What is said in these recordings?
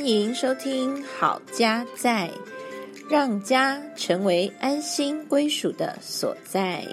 欢迎收听好家在，让家成为安心归属的所在。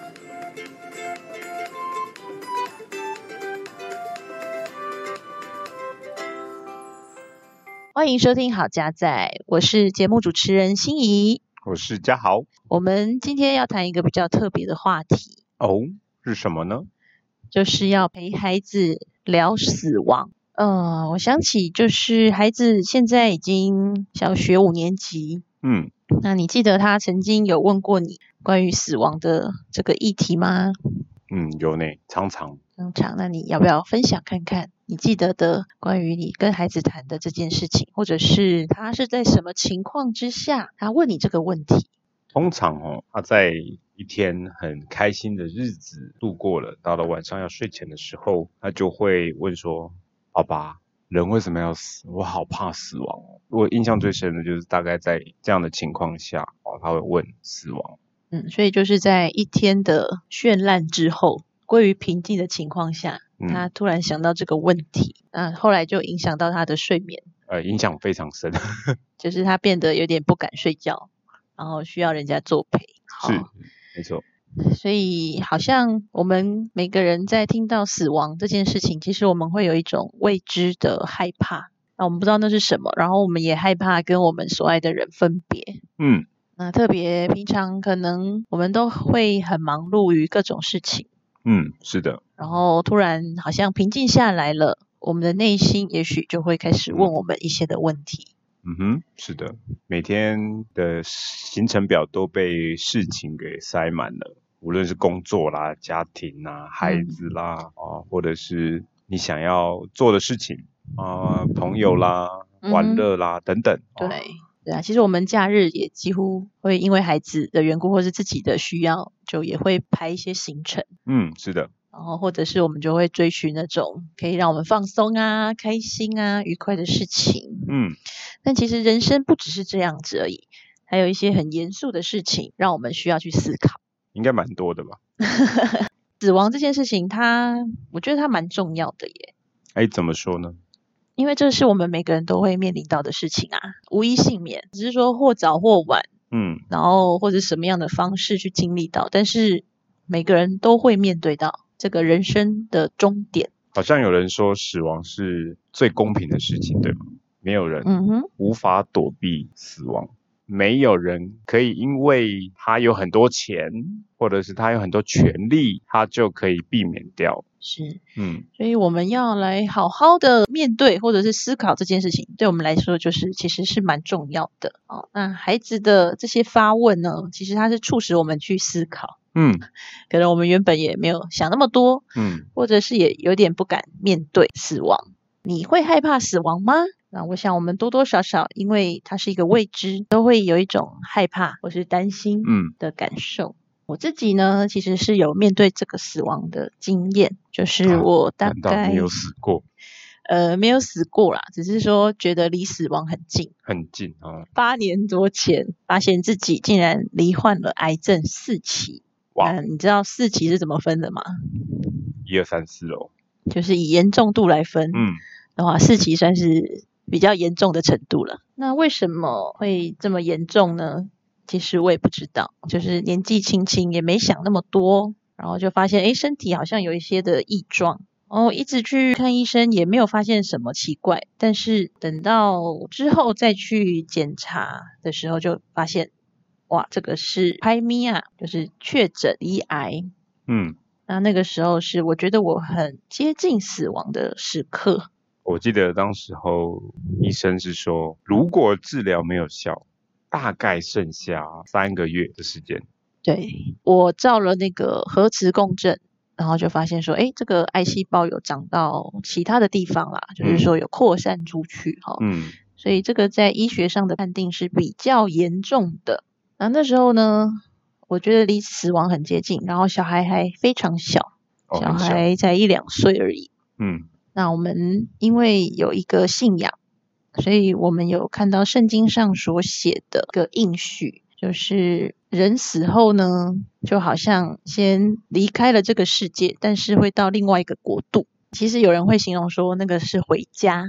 欢迎收听好家在，我是节目主持人心怡， 我是嘉豪。 我们今天要谈一个比较特别的话题哦，是什么呢？ 就是要陪孩子聊死亡。我想起就是孩子现在已经小学5年级，那你记得他曾经有问过你关于死亡的这个议题吗？ 有呢，常常。 那你要不要分享看看你记得的关于你跟孩子谈的这件事情，或者是他是在什么情况之下他问你这个问题？ 通常他在一天很开心的日子度过了，到了晚上要睡前的时候，他就会问说：爸爸，人为什么要死？我好怕死亡哦。我印象最深的就是大概在这样的情况下他会问死亡。 所以就是在一天的绚烂之后，归于平静的情况下，他突然想到这个问题，那后来就影响到他的睡眠， 影响非常深。 就是他变得有点不敢睡觉，然后需要人家作陪。 是，没错。 所以好像我们每个人在听到死亡这件事情，其实我们会有一种未知的害怕，那我们不知道那是什么，然后我们也害怕跟我们所爱的人分别。那特别平常可能我们都会很忙碌于各种事情。 是的。 然后突然好像平静下来了，我们的内心也许就会开始问我们一些的问题。 是的，每天的行程表都被事情给塞满了，无论是工作啦、家庭啦、孩子啦，或者是你想要做的事情朋友啦、玩乐啦等等。 对啊，其实我们假日也几乎会因为孩子的缘故或是自己的需要，就也会排一些行程。 是的。 然后或者是我们就会追寻那种可以让我们放松啊、开心啊、愉快的事情。但其实人生不只是这样子而已，还有一些很严肃的事情让我们需要去思考。 应该蛮多的吧。 死亡这件事情我觉得它蛮重要的耶。 怎么说呢？ 因为这是我们每个人都会面临到的事情啊，无一幸免，只是说或早或晚，然后或者什么样的方式去经历到，但是每个人都会面对到这个人生的终点。 好像有人说死亡是最公平的事情，对吗？没有人无法躲避死亡，没有人可以因为他有很多钱或者是他有很多权利，他就可以避免掉。 是，所以我们要来好好的面对或者是思考这件事情，对我们来说就是其实是蛮重要的。那孩子的这些发问呢，其实它是促使我们去思考。可能我们原本也没有想那么多，或者是也有点不敢面对死亡。你会害怕死亡吗？那我想我们多多少少因为它是一个未知，都会有一种害怕或是担心的感受。我自己呢，其实是有面对这个死亡的经验，就是我大概难道你有死过？ 没有死过啦，只是说觉得离死亡很近8年多前发现自己竟然罹患了癌症4期。哇，你知道4期是怎么分的吗 ？1、2、3、4咯， 就是以严重度来分的话，4期算是比较严重的程度了。那为什么会这么严重呢？其实我也不知道，就是年纪轻轻也没想那么多，然后就发现身体好像有一些的异状，一直去看医生也没有发现什么奇怪，但是等到之后再去检查的时候就发现，哇，这个是拍咪啊，就是确诊罹癌。那个时候是我觉得我很接近死亡的时刻。 我记得当时候医生是说，如果治疗没有效，大概剩下3个月的时间。 对，我照了那个核磁共振，然后就发现说，这个癌细胞有长到其他的地方啦，就是说有扩散出去所以这个在医学上的判定是比较严重的。那时候呢，我觉得离死亡很接近，然后小孩还非常小，小孩才1、2岁而已。那我们因为有一个信仰，所以我们有看到圣经上所写的一个应许，就是人死后呢，就好像先离开了这个世界，但是会到另外一个国度。其实有人会形容说那个是回家，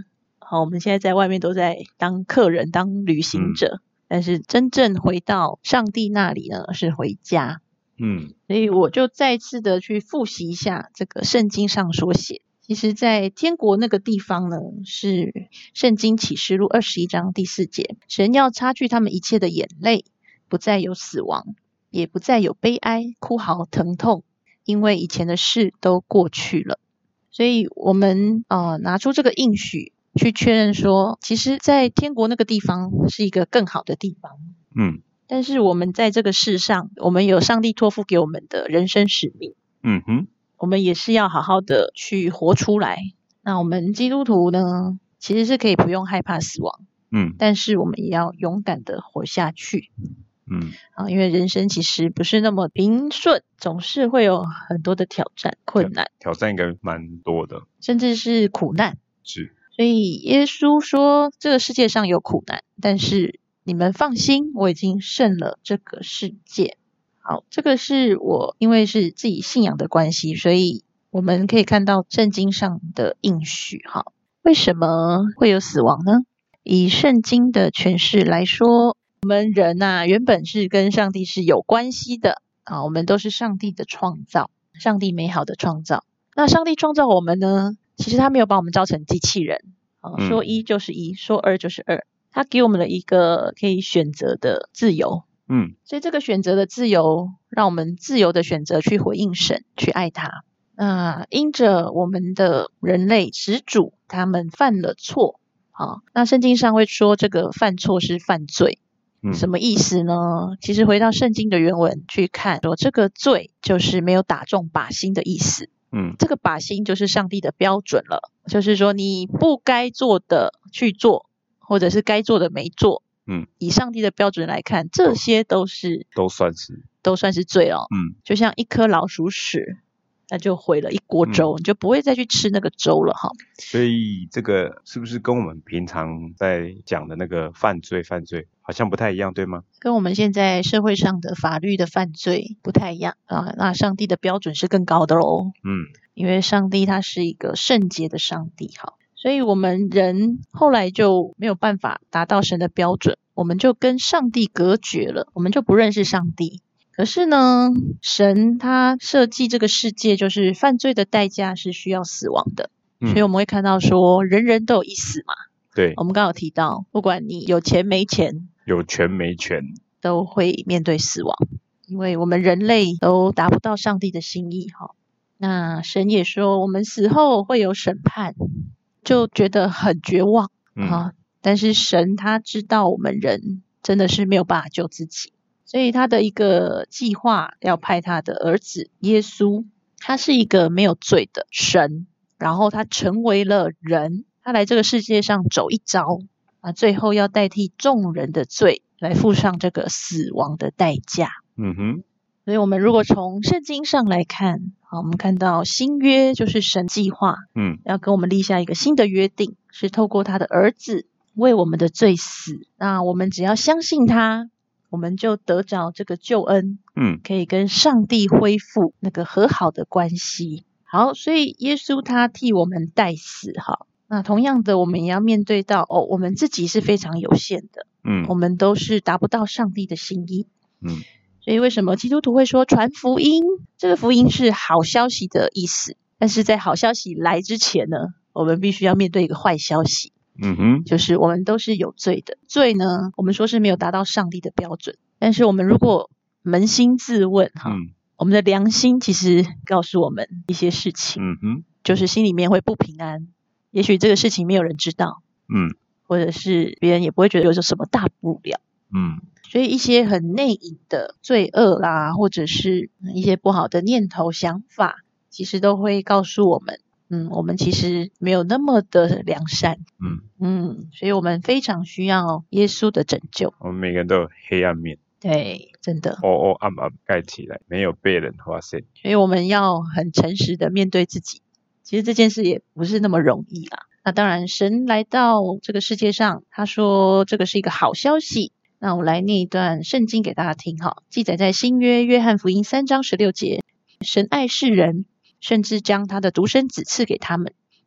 好，我们现在在外面都在当客人，当旅行者，但是真正回到上帝那里呢，是回家。所以我就再次的去复习一下这个圣经上所写。其实在天国那个地方呢，是圣经启示录21章第4节，神要擦去他们一切的眼泪，不再有死亡，也不再有悲哀、哭嚎、疼痛，因为以前的事都过去了。所以我们拿出这个应许去确认说，其实在天国那个地方是一个更好的地方。但是我们在这个世上，我们有上帝托付给我们的人生使命。我们也是要好好的去活出来。那我们基督徒呢，其实是可以不用害怕死亡。但是我们也要勇敢的活下去。因为人生其实不是那么平顺，总是会有很多的挑战、困难。 挑战应该蛮多的， 甚至是苦难。 是。 所以耶稣说，这个世界上有苦难，但是你们放心，我已经胜了这个世界。好，这个是我因为是自己信仰的关系，所以我们可以看到圣经上的应许。好，为什么会有死亡呢？以圣经的诠释来说，我们人原本是跟上帝是有关系的。我们都是上帝的创造，上帝美好的创造。那上帝创造我们呢，其实他没有把我们造成机器人。说一就是一，说二就是二。他给我们了一个可以选择的自由。所以这个选择的自由，让我们自由的选择去回应神，去爱他。因着我们的人类始祖他们犯了错。那圣经上会说这个犯错是犯罪。什么意思呢？其实回到圣经的原文去看，说这个罪就是没有打中靶心的意思。这个靶心就是上帝的标准了，就是说你不该做的去做，或者是该做的没做。以上帝的标准来看，这些都算是罪哦。就像一颗老鼠屎，那就毁了一锅粥，你就不会再去吃那个粥了哈。 所以这个是不是跟我们平常在讲的那个犯罪好像不太一样，对吗？ 跟我们现在社会上的法律的犯罪不太一样那上帝的标准是更高的咯。因为上帝他是一个圣洁的上帝。所以我们人后来就没有办法达到神的标准，我们就跟上帝隔绝了，我们就不认识上帝。可是呢，神他设计这个世界，就是犯罪的代价是需要死亡的。所以我们会看到说，人人都有一死嘛。 对， 我们刚刚有提到，不管你有钱没钱， 有权没权， 都会面对死亡，因为我们人类都达不到上帝的心意。那神也说，我们死后会有审判，就觉得很绝望。但是神他知道我们人真的是没有办法救自己，所以他的一个计划要派他的儿子耶稣，他是一个没有罪的神，然后他成为了人，他来这个世界上走一遭，最后要代替众人的罪来付上这个死亡的代价。所以我们如果从圣经上来看，我们看到新约就是神计划要跟我们立下一个新的约定，是透过他的儿子为我们的罪死。那我们只要相信他，我们就得着这个救恩，可以跟上帝恢复那个和好的关系。好，所以耶稣他替我们代死。那同样的，我们也要面对到我们自己是非常有限的，我们都是达不到上帝的心意。所以为什么基督徒会说传福音？这个福音是好消息的意思，但是在好消息来之前呢，我们必须要面对一个坏消息。就是我们都是有罪的。罪呢，我们说是没有达到上帝的标准，但是我们如果扪心自问我们的良心其实告诉我们一些事情，就是心里面会不平安。也许这个事情没有人知道，或者是别人也不会觉得有什么大不了。所以一些很内隐的罪恶啦，或者是一些不好的念头想法，其实都会告诉我们我们其实没有那么的良善。所以我们非常需要耶稣的拯救。 我们每个人都有黑暗面， 对，真的暗盖起来，没有被人发现。 所以我们要很诚实的面对自己。其实这件事也不是那么容易啦。那当然神来到这个世界上，他说这个是一个好消息。那我来念一段圣经给大家听记载在新约约翰福音3章16节，神爱世人，甚至将他的独生子赐给他们，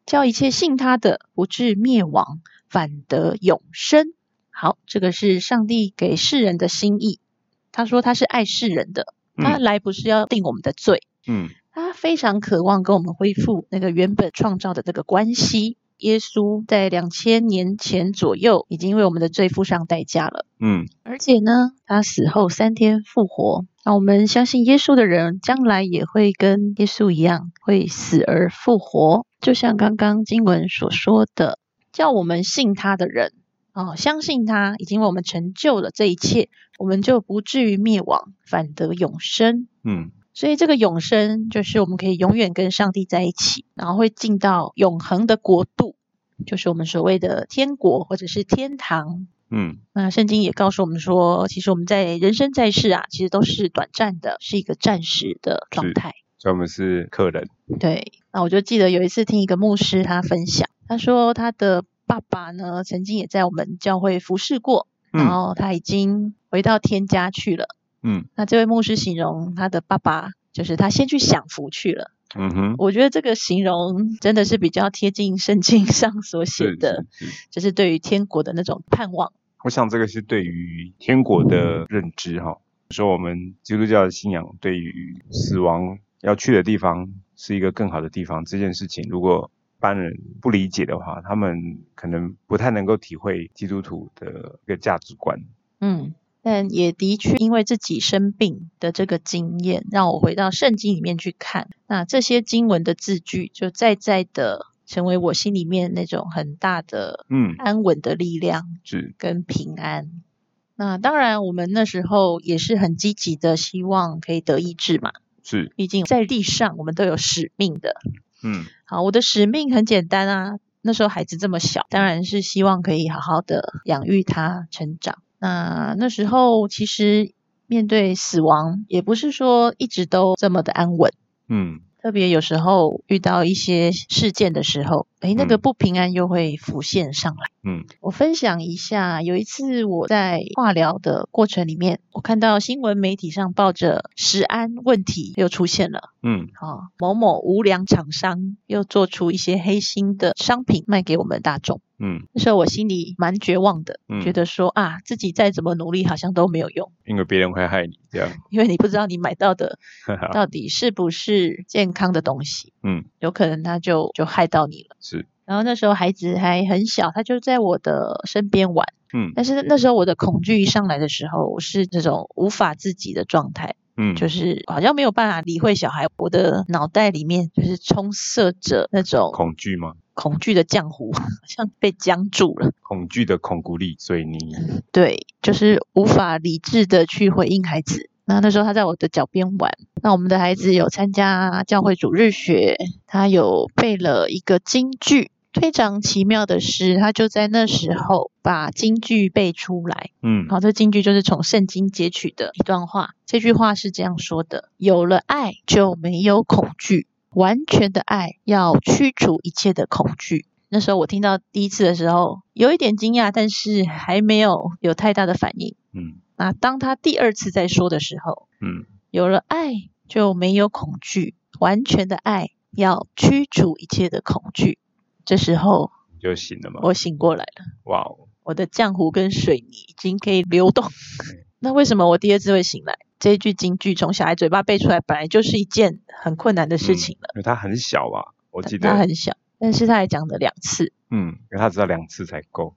叫一切信他的不至灭亡，反得永生。好，这个是上帝给世人的心意。他说他是爱世人的，他来不是要定我们的罪，他非常渴望跟我们恢复那个原本创造的这个关系。耶稣在2000年前左右已经为我们的罪付上代价了，而且呢，他死后3天复活。那我们相信耶稣的人，将来也会跟耶稣一样，会死而复活。就像刚刚经文所说的，叫我们信他的人，相信他已经为我们成就了这一切，我们就不至于灭亡，反得永生。所以这个永生就是我们可以永远跟上帝在一起，然后会进到永恒的国度，就是我们所谓的天国或者是天堂。那圣经也告诉我们说，其实我们在人生在世其实都是短暂的，是一个暂时的状态， 所以我们是客人。 对，那我就记得有一次听一个牧师他分享，他说他的爸爸呢曾经也在我们教会服侍过，然后他已经回到天家去了。那这位牧师形容他的爸爸就是他先去享福去了。我觉得这个形容真的是比较贴近圣经上所写的，就是对于天国的那种盼望。 我想这个是对于天国的认知说我们基督教的信仰对于死亡要去的地方是一个更好的地方这件事情，如果一般人不理解的话，他们可能不太能够体会基督徒的一个价值观。 但也的确因为自己生病的这个经验，让我回到圣经里面去看，那这些经文的字句就在的成为我心里面那种很大的安稳的力量跟平安。那当然我们那时候也是很积极的希望可以得医治嘛，毕竟在地上我们都有使命的。好，我的使命很简单那时候孩子这么小，当然是希望可以好好的养育他成长。那时候其实面对死亡也不是说一直都这么的安稳，特别有时候遇到一些事件的时候，那个不平安又会浮现上来。我分享一下，有一次我在化疗的过程里面，我看到新闻媒体上报着食安问题又出现了。某某无良厂商又做出一些黑心的商品卖给我们大众。那时候我心里蛮绝望的，觉得说自己再怎么努力好像都没有用， 因为别人会害你这样， 因为你不知道你买到的到底是不是健康的东西，有可能他就害到你了。然后那时候孩子还很小，他就在我的身边玩，但是那时候我的恐惧一上来的时候，我是这种无法自己的状态，就是好像没有办法理会小孩，我的脑袋里面就是充塞着那种恐惧吗？ 恐惧的浆糊，好像被僵住了。 恐惧的恐孤力，所以你对，就是无法理智的去回应孩子。那时候他在我的脚边玩，那我们的孩子有参加教会主日学，他有背了一个金句，非常奇妙的是他就在那时候把金句背出来。好，这金句就是从圣经截取的一段话，这句话是这样说的：有了爱就没有恐惧，完全的爱要驱除一切的恐惧。那时候我听到第一次的时候有一点惊讶，但是还没有太大的反应。那当他第二次再说的时候，有了爱就没有恐惧，完全的爱要驱除一切的恐惧。这时候你就醒了吗？ 我醒过来了。 哇哦！ 我的浆糊跟水泥已经可以流动。那为什么我第二次会醒来？这一句金句从小孩嘴巴背出来本来就是一件很困难的事情了。 因为他很小吧，我记得他很小，但是他还讲了2次。 因为他知道2次才够。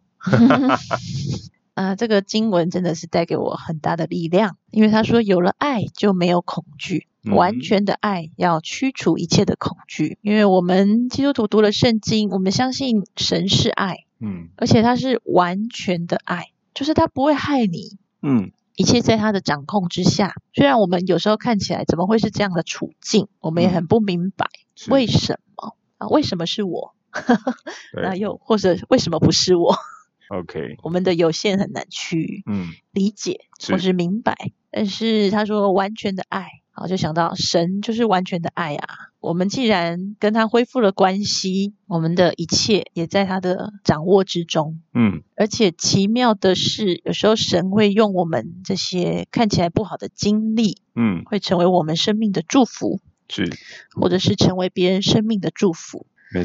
这个经文真的是带给我很大的力量，因为他说有了爱就没有恐惧，完全的爱要驱除一切的恐惧。因为我们基督徒读了圣经，我们相信神是爱，而且他是完全的爱，就是他不会害你，一切在他的掌控之下。虽然我们有时候看起来怎么会是这样的处境，我们也很不明白为什么为什么是我那又或者为什么不是我 ？OK， 我们的有限很难去理解或是明白。但是他说完全的爱，好，就想到神就是完全的爱我们既然跟他恢复了关系，我们的一切也在他的掌握之中。而且奇妙的是，有时候神会用我们这些看起来不好的经历，会成为我们生命的祝福，或者是成为别人生命的祝福。 没错。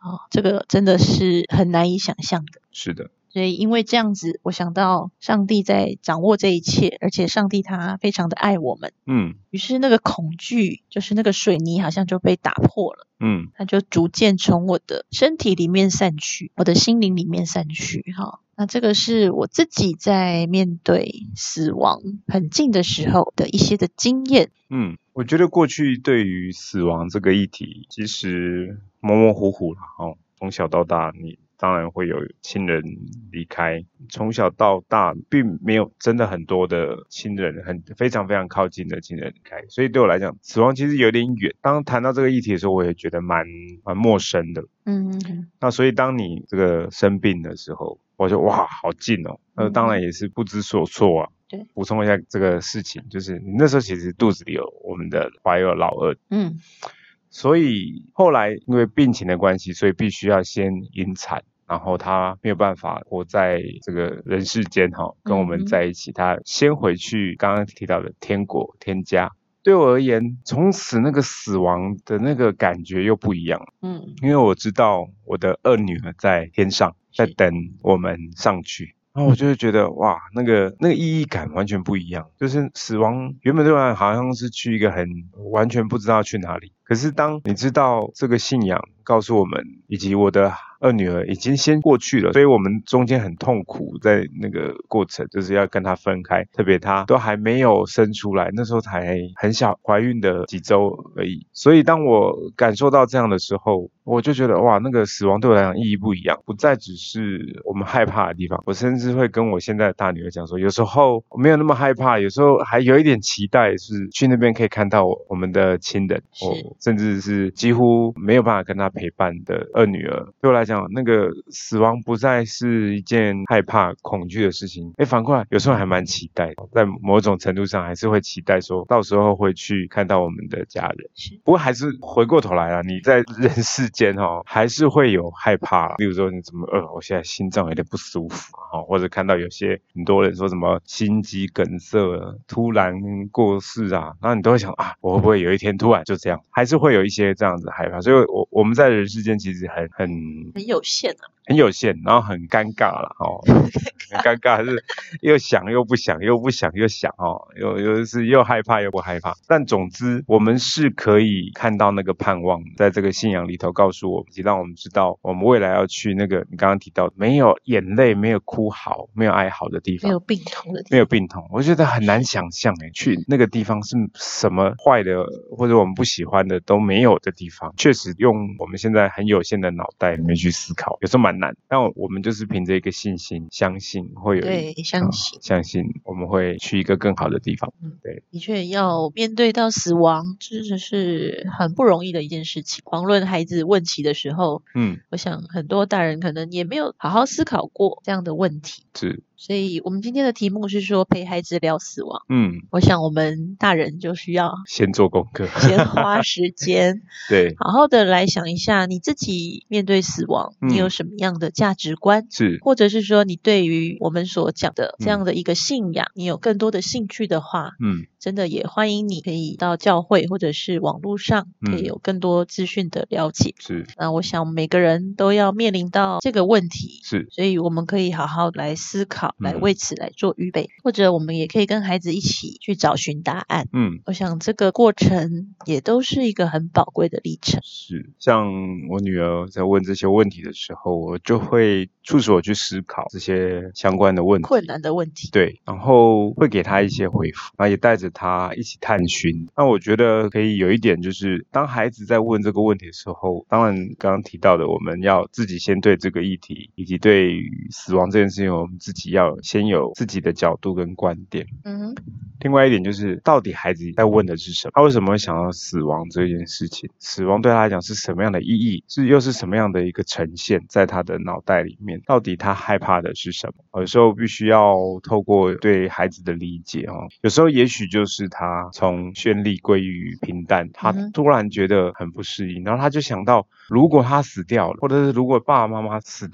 这个真的是很难以想象的。 是的。 所以因为这样子，我想到上帝在掌握这一切，而且上帝他非常的爱我们。于是那个恐惧，就是那个水泥好像就被打破了。它就逐渐从我的身体里面散去，我的心灵里面散去。那这个是我自己在面对死亡很近的时候的一些的经验。 我觉得过去对于死亡这个议题，其实模模糊糊啦。从小到大，你当然会有亲人离开，从小到大并没有真的很多的亲人，非常非常靠近的亲人离开，所以对我来讲，死亡其实有点远。当谈到这个议题的时候，我也觉得蛮陌生的。那所以当你这个生病的时候，我就哇好近哦，当然也是不知所措啊。 对， 补充一下这个事情，就是你那时候其实肚子里有我们的怀有老二。所以后来因为病情的关系，所以必须要先引产，然后他没有办法活在这个人世间跟我们在一起，他先回去刚刚提到的天国天家。对我而言，从此那个死亡的那个感觉又不一样。因为我知道我的二女儿在天上，在等我们上去。然后我就会觉得哇，那个意义感完全不一样。就是死亡原本对我来讲好像是去一个很完全不知道去哪里，可是当你知道这个信仰告诉我们，以及我的二女儿已经先过去了，所以我们中间很痛苦，在那个过程就是要跟她分开，特别她都还没有生出来，那时候才很小，怀孕的几周而已。所以当我感受到这样的时候，我就觉得哇，那个死亡对我来讲意义不一样，不再只是我们害怕的地方。我甚至会跟我现在的大女儿讲说，有时候我没有那么害怕，有时候还有一点期待，是去那边可以看到我们的亲人，甚至是几乎没有办法跟她陪伴的二女儿。对我来讲，那个死亡不再是一件害怕恐惧的事情，反过来有时候还蛮期待，在某种程度上还是会期待说到时候会去看到我们的家人。不过还是回过头来啊，你在人世间还是会有害怕啦，例如说你怎么我现在心脏有点不舒服，或者看到有些很多人说什么心肌梗塞突然过世啊，然后你都会想啊，我会不会有一天突然就这样，还是会有一些这样子害怕。所以我们在人世间其实很有限啊， 很有限，然后很尴尬啦很尴尬，还是又想又不想，又不想又想有的是又害怕又不害怕。但总之我们是可以看到那个盼望，在这个信仰里头告诉我们，以及让我们知道我们未来要去那个你刚刚提到没有眼泪没有哭嚎没有哀嚎的地方， 没有病痛的地方， 没有病痛。我觉得很难想象去那个地方是什么坏的或者我们不喜欢的都没有的地方。确实用我们现在很有限的脑袋里面去思考有时候蛮难，但我们就是凭着一个信心，相信会有对， 相信我们会去一个更好的地方。对， 的确要面对到死亡真的是很不容易的一件事情。遑论孩子问起的时候，我想很多大人可能也没有好好思考过这样的问题。 是， 所以我们今天的题目是说陪孩子聊死亡。我想我们大人就需要先做功课， 先花时间对， 好好的来想一下你自己面对死亡，你有什么样的价值观， 是， 或者是说你对于我们所讲的这样的一个信仰，你有更多的兴趣的话，真的也欢迎你可以到教会或者是网络上可以有更多资讯的了解。 是， 那我想每个人都要面临到这个问题， 是， 所以我们可以好好来思考，来为此来做预备，或者我们也可以跟孩子一起去找寻答案。我想这个过程也都是一个很宝贵的历程。 是，像我女儿在问这些问题的时候，我就会促使我去思考这些相关的问题， 困难的问题， 对，然后会给她一些回复，然后也带着她一起探寻。那我觉得可以有一点，就是当孩子在问这个问题的时候，当然刚刚提到的，我们要自己先对这个议题以及对于死亡这件事情，我们自己要先有自己的角度跟观点。另外一点就是到底孩子在问的是什么，他为什么会想到死亡这件事情，死亡对他来讲是什么样的意义，又是什么样的一个呈现在他的脑袋里面，到底他害怕的是什么。有时候必须要透过对孩子的理解，有时候也许就是他从绚丽归于平淡，他突然觉得很不适应，然后他就想到如果他死掉了，或者是如果爸爸妈妈死掉了，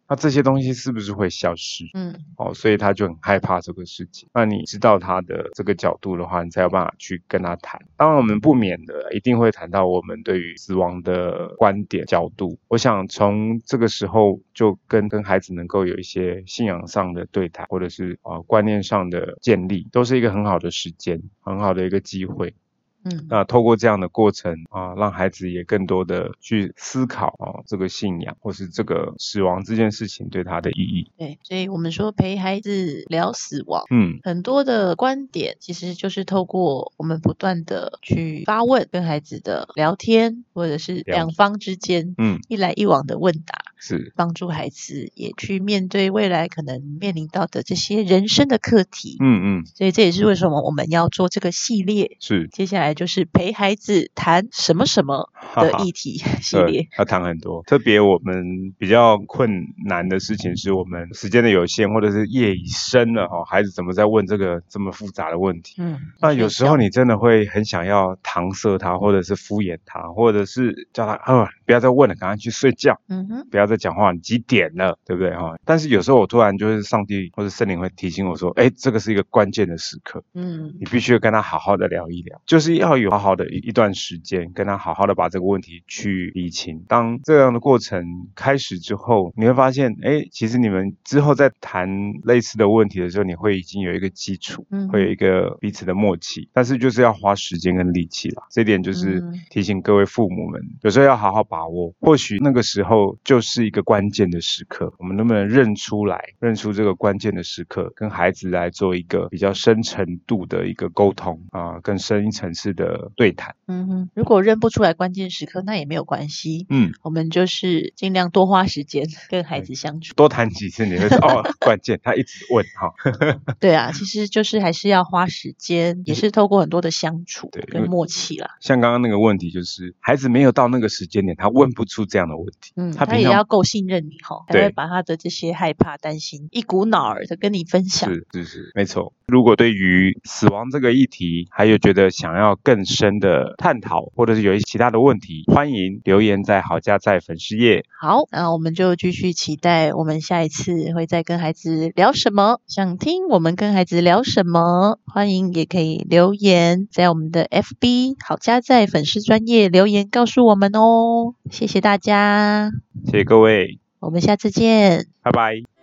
那这些东西是不是会消失？所以他就很害怕这个事情。那你知道他的这个角度的话，你才有办法去跟他谈。当然我们不免的一定会谈到我们对于死亡的观点角度。我想从这个时候就跟孩子能够有一些信仰上的对谈，或者是观念上的建立，都是一个很好的时间，很好的一个机会。那透过这样的过程让孩子也更多的去思考这个信仰或是这个死亡这件事情对他的意义。 对，所以我们说陪孩子聊死亡，很多的观点其实就是透过我们不断的去发问，跟孩子的聊天，或者是两方之间一来一往的问答， 是帮助孩子也去面对未来可能面临到的这些人生的课题。所以这也是为什么我们要做这个系列， 是接下来就是陪孩子谈什么什么的议题系列。 要谈很多，特别我们比较困难的事情是我们时间的有限，或者是夜已深了孩子怎么在问这个这么复杂的问题。那有时候你真的会很想要搪塞他，或者是敷衍他，或者是叫他不要再问了，赶快去睡觉，不要再讲话，你几点了，对不对但是有时候我突然就是上帝或者圣灵会提醒我说，这个是一个关键的时刻，你必须跟他好好的聊一聊，就是要有好好的一段时间跟他好好的把这个问题去理清。当这样的过程开始之后，你会发现其实你们之后在谈类似的问题的时候，你会已经有一个基础，会有一个彼此的默契，但是就是要花时间跟力气啦。这点就是提醒各位父母们，有时候要好好把握，或许那个时候就是一个关键的时刻，我们能不能认出这个关键的时刻，跟孩子来做一个比较深程度的一个沟通更深一层次的对谈。 如果认不出来关键时刻，那也没有关系。我们就是尽量多花时间跟孩子相处， 多谈几次，你会说关键他一直问对啊，其实就是还是要花时间，也是透过很多的相处跟默契啦。 像刚刚那个问题，就是孩子没有到那个时间点，他问不出这样的问题。 他也要够信任你才会把他的这些害怕、担心一股脑儿的跟你分享。 是，没错。如果对于死亡这个议题，还有觉得想要更深的探讨，或者是有一些其他的问题，欢迎留言在好家在粉丝页。 好，那我们就继续期待我们下一次会再跟孩子聊什么，想听我们跟孩子聊什么，欢迎也可以留言在我们的 FB 好家在粉丝专页留言告诉我们哦。谢谢大家， 谢谢各位， 我们下次见， 拜拜。